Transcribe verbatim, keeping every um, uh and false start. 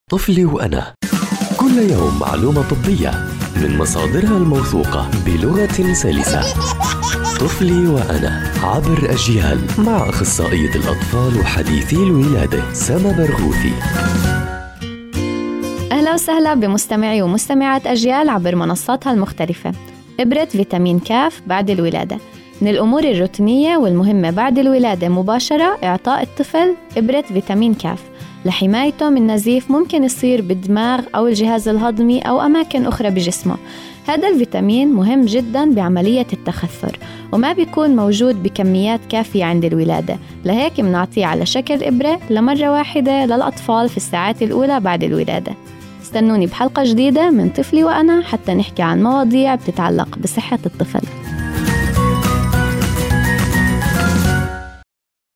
طفلي وأنا، كل يوم معلومة طبية من مصادرها الموثوقة بلغة سلسة. طفلي وأنا عبر أجيال مع أخصائية الأطفال وحديثي الولادة سما برغوثي. أهلا وسهلا بمستمعي ومستمعات أجيال عبر منصاتها المختلفة. إبرة فيتامين كاف بعد الولادة. من الأمور الروتينية والمهمة بعد الولادة مباشرة إعطاء الطفل إبرة فيتامين كاف لحمايته من نزيف ممكن يصير بالدماغ أو الجهاز الهضمي أو أماكن أخرى بجسمه. هذا الفيتامين مهم جدا بعملية التخثر وما بيكون موجود بكميات كافية عند الولادة، لهيك بنعطيه على شكل إبرة لمرة واحدة للأطفال في الساعات الأولى بعد الولادة. استنوني بحلقة جديدة من طفلي وأنا حتى نحكي عن مواضيع بتتعلق بصحة الطفل.